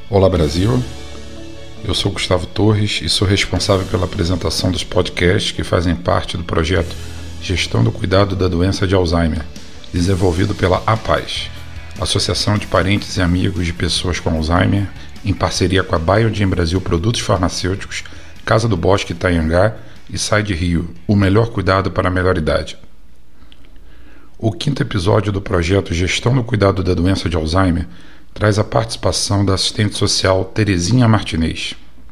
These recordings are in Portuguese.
Olá Brasil, eu sou Gustavo Torres e sou responsável pela apresentação dos podcasts que fazem parte do projeto Gestão do Cuidado da Doença de Alzheimer, desenvolvido pela APAS, Associação de Parentes e Amigos de Pessoas com Alzheimer, em parceria com a Biogen Brasil Produtos Farmacêuticos, Casa do Bosque Itaiangá e Side Rio, o melhor cuidado para a melhor idade. O 5º episódio do projeto Gestão do Cuidado da Doença de Alzheimer traz a participação da assistente social Terezinha Martinez.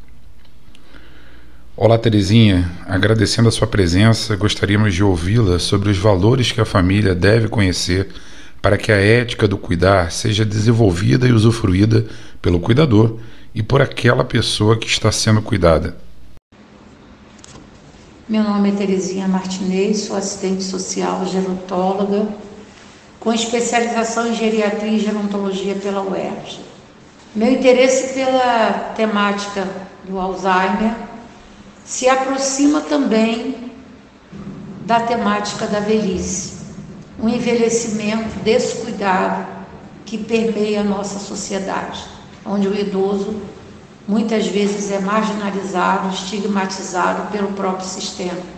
Olá Terezinha, agradecendo a sua presença, gostaríamos de ouvi-la sobre os valores que a família deve conhecer para que a ética do cuidar seja desenvolvida e usufruída pelo cuidador e por aquela pessoa que está sendo cuidada. Meu nome é Terezinha Martinez, sou assistente social gerontóloga, com especialização em geriatria e gerontologia pela UERJ. Meu interesse pela temática do Alzheimer se aproxima também da temática da velhice, um envelhecimento descuidado que permeia a nossa sociedade, onde o idoso muitas vezes é marginalizado, estigmatizado pelo próprio sistema.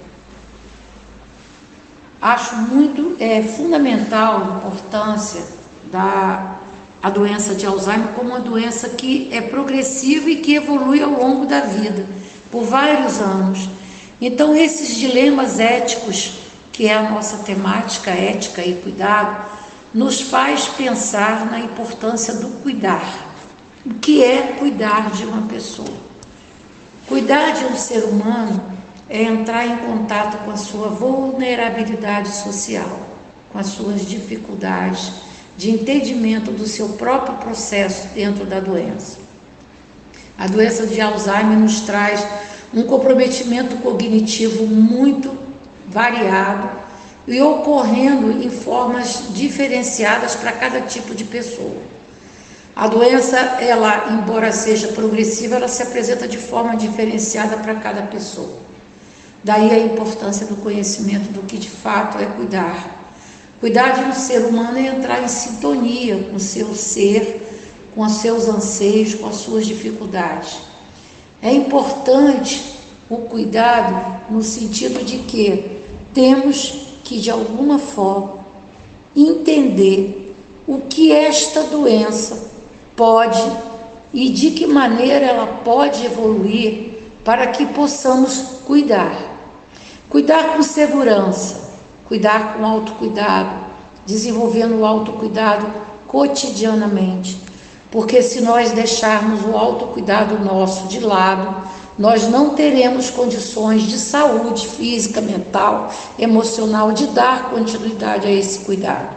Acho muito fundamental a importância da doença de Alzheimer como uma doença que é progressiva e que evolui ao longo da vida, por vários anos. Então, esses dilemas éticos, que é a nossa temática, ética e cuidado, nos faz pensar na importância do cuidar. O que é cuidar de uma pessoa? Cuidar de um ser humano é entrar em contato com a sua vulnerabilidade social, com as suas dificuldades de entendimento do seu próprio processo dentro da doença. A doença de Alzheimer nos traz um comprometimento cognitivo muito variado e ocorrendo em formas diferenciadas para cada tipo de pessoa. A doença, ela, embora seja progressiva, ela se apresenta de forma diferenciada para cada pessoa. Daí a importância do conhecimento do que de fato é cuidar. Cuidar de um ser humano é entrar em sintonia com o seu ser, com os seus anseios, com as suas dificuldades. É importante o cuidado no sentido de que temos que, de alguma forma, entender o que esta doença pode e de que maneira ela pode evoluir para que possamos cuidar. Cuidar com segurança, cuidar com autocuidado, desenvolvendo o autocuidado cotidianamente. Porque se nós deixarmos o autocuidado nosso de lado, nós não teremos condições de saúde física, mental, emocional, de dar continuidade a esse cuidado.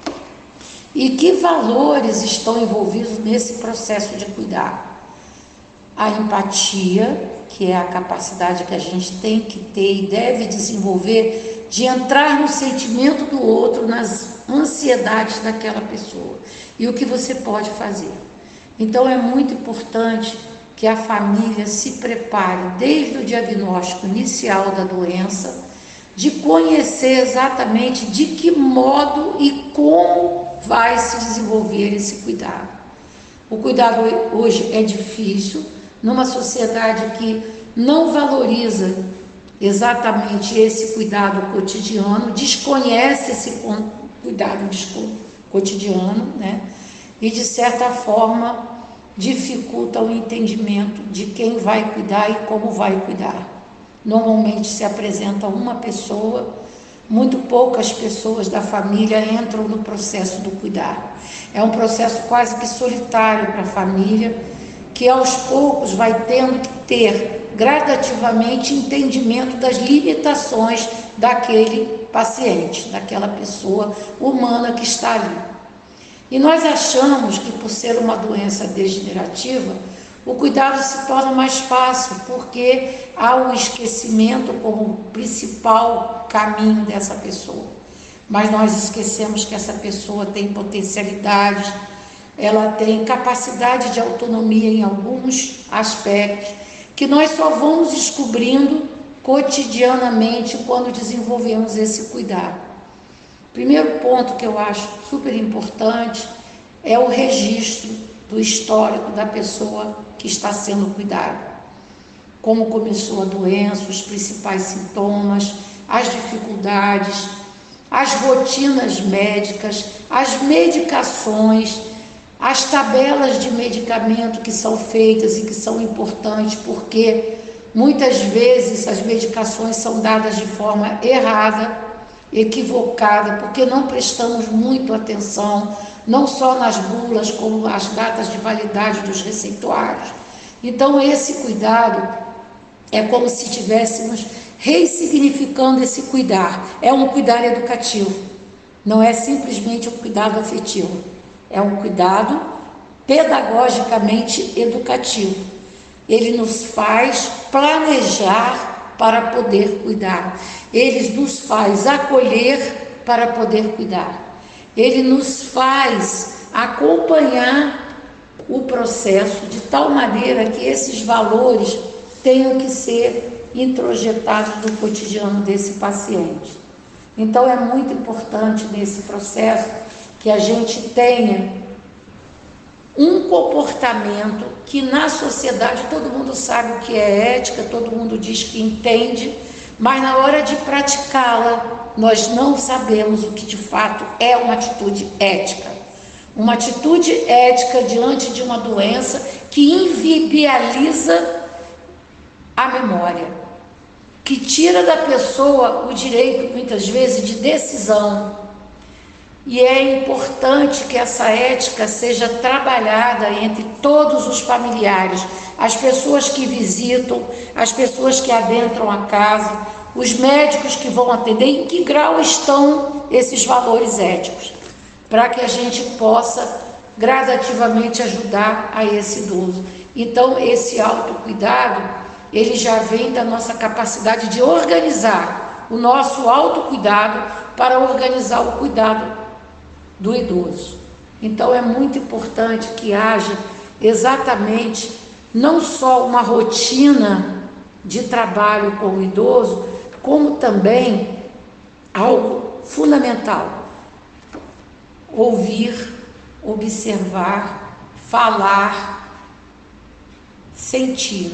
E que valores estão envolvidos nesse processo de cuidar? A empatia, que é a capacidade que a gente tem que ter e deve desenvolver de entrar no sentimento do outro, nas ansiedades daquela pessoa e o que você pode fazer. Então é muito importante que a família se prepare desde o diagnóstico inicial da doença, de conhecer exatamente de que modo e como vai se desenvolver esse cuidado. O cuidado hoje é difícil, numa sociedade que não valoriza exatamente esse cuidado cotidiano, desconhece esse cuidado cotidiano, né? E de certa forma dificulta o entendimento de quem vai cuidar e como vai cuidar. Normalmente se apresenta uma pessoa, muito poucas pessoas da família entram no processo do cuidar. É um processo quase que solitário para a família, que aos poucos vai tendo que ter gradativamente entendimento das limitações daquele paciente, daquela pessoa humana que está ali. E nós achamos que por ser uma doença degenerativa, o cuidado se torna mais fácil, porque há o esquecimento como principal caminho dessa pessoa. Mas nós esquecemos que essa pessoa tem potencialidades, ela tem capacidade de autonomia em alguns aspectos, que nós só vamos descobrindo cotidianamente quando desenvolvemos esse cuidado. Primeiro ponto que eu acho super importante é o registro do histórico da pessoa que está sendo cuidada. Como começou a doença, os principais sintomas, as dificuldades, as rotinas médicas, as medicações, as tabelas de medicamento que são feitas e que são importantes, porque muitas vezes as medicações são dadas de forma errada, equivocada, porque não prestamos muito atenção, não só nas bulas, como as datas de validade dos receituários. Então, esse cuidado é como se estivéssemos ressignificando esse cuidar. É um cuidar educativo, não é simplesmente um cuidado afetivo, é um cuidado pedagogicamente educativo. Ele nos faz planejar para poder cuidar, ele nos faz acolher para poder cuidar, ele nos faz acompanhar o processo de tal maneira que esses valores tenham que ser introjetados no cotidiano desse paciente. Então é muito importante nesse processo que a gente tenha um comportamento que na sociedade todo mundo sabe o que é ética, todo mundo diz que entende, mas na hora de praticá-la nós não sabemos o que de fato é uma atitude ética. Uma atitude ética diante de uma doença que inviabiliza a memória, que tira da pessoa o direito, muitas vezes, de decisão. E é importante que essa ética seja trabalhada entre todos os familiares, as pessoas que visitam, as pessoas que adentram a casa, os médicos que vão atender, em que grau estão esses valores éticos, para que a gente possa gradativamente ajudar a esse idoso. Então, esse autocuidado, ele já vem da nossa capacidade de organizar o nosso autocuidado para organizar o cuidado do idoso. Então é muito importante que haja exatamente não só uma rotina de trabalho com o idoso, como também algo fundamental: ouvir, observar, falar, sentir.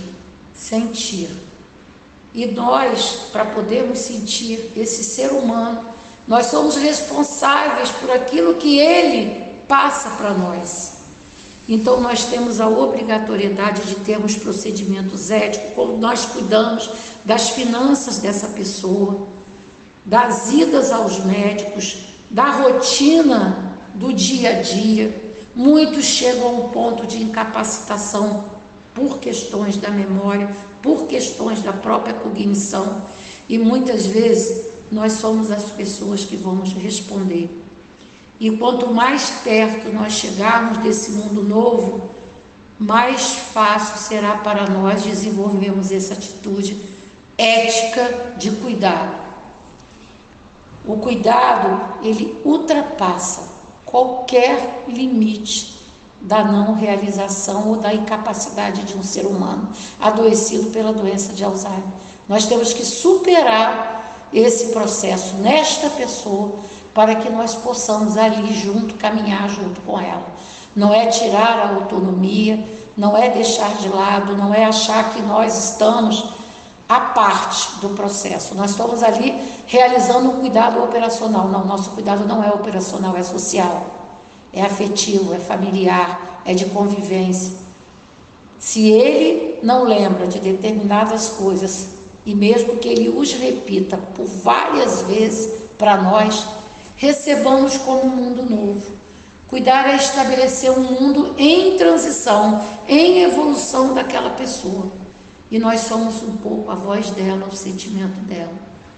E nós, para podermos sentir esse ser humano, nós somos responsáveis por aquilo que ele passa para nós. Então nós temos a obrigatoriedade de termos procedimentos éticos, como nós cuidamos das finanças dessa pessoa, das idas aos médicos, da rotina do dia a dia. Muitos chegam a um ponto de incapacitação por questões da memória, por questões da própria cognição, e muitas vezes nós somos as pessoas que vamos responder. E quanto mais perto nós chegarmos desse mundo novo, mais fácil será para nós desenvolvermos essa atitude ética de cuidado. O cuidado, ele ultrapassa qualquer limite da não realização ou da incapacidade de um ser humano adoecido pela doença de Alzheimer. Nós temos que superar esse processo nesta pessoa para que nós possamos ali junto, caminhar junto com ela. Não é tirar a autonomia, não é deixar de lado, não é achar que nós estamos à parte do processo. Nós estamos ali realizando um cuidado operacional. Não, nosso cuidado não é operacional, é social. É afetivo, é familiar, é de convivência. Se ele não lembra de determinadas coisas, e mesmo que ele os repita por várias vezes para nós, recebamos como um mundo novo. Cuidar é estabelecer um mundo em transição, em evolução daquela pessoa. E nós somos um pouco a voz dela, o sentimento dela.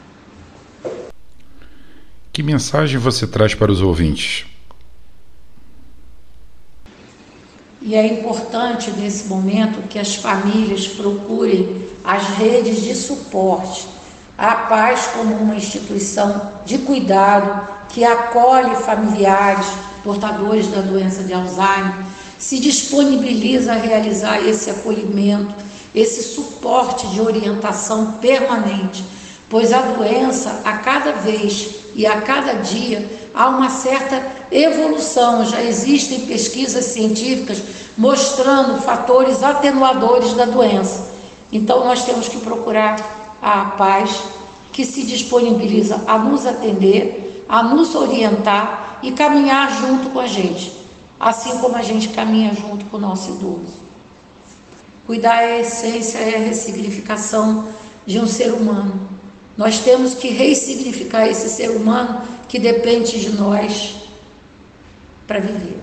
Que mensagem você traz para os ouvintes? E é importante nesse momento que as famílias procurem as redes de suporte, a paz como uma instituição de cuidado que acolhe familiares portadores da doença de Alzheimer, se disponibiliza a realizar esse acolhimento, esse suporte de orientação permanente, pois a doença, a cada vez e a cada dia, há uma certa evolução, já existem pesquisas científicas mostrando fatores atenuadores da doença. Então nós temos que procurar a paz, que se disponibiliza a nos atender, a nos orientar e caminhar junto com a gente, assim como a gente caminha junto com o nosso idoso. Cuidar é a essência, é a ressignificação de um ser humano. Nós temos que ressignificar esse ser humano que depende de nós para viver.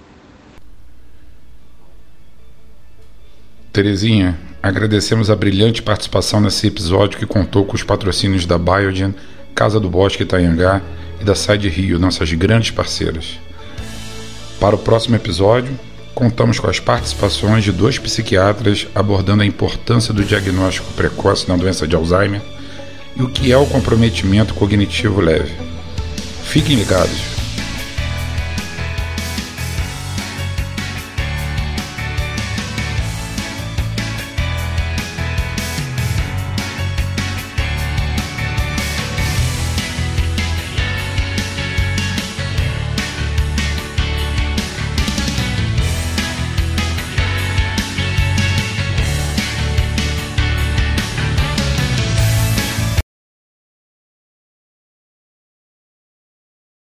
Terezinha, agradecemos a brilhante participação nesse episódio que contou com os patrocínios da Biogen, Casa do Bosque Itanhangá e da Side Rio, nossas grandes parceiras. Para o próximo episódio, contamos com as participações de 2 psiquiatras abordando a importância do diagnóstico precoce na doença de Alzheimer e o que é o comprometimento cognitivo leve. Fiquem ligados!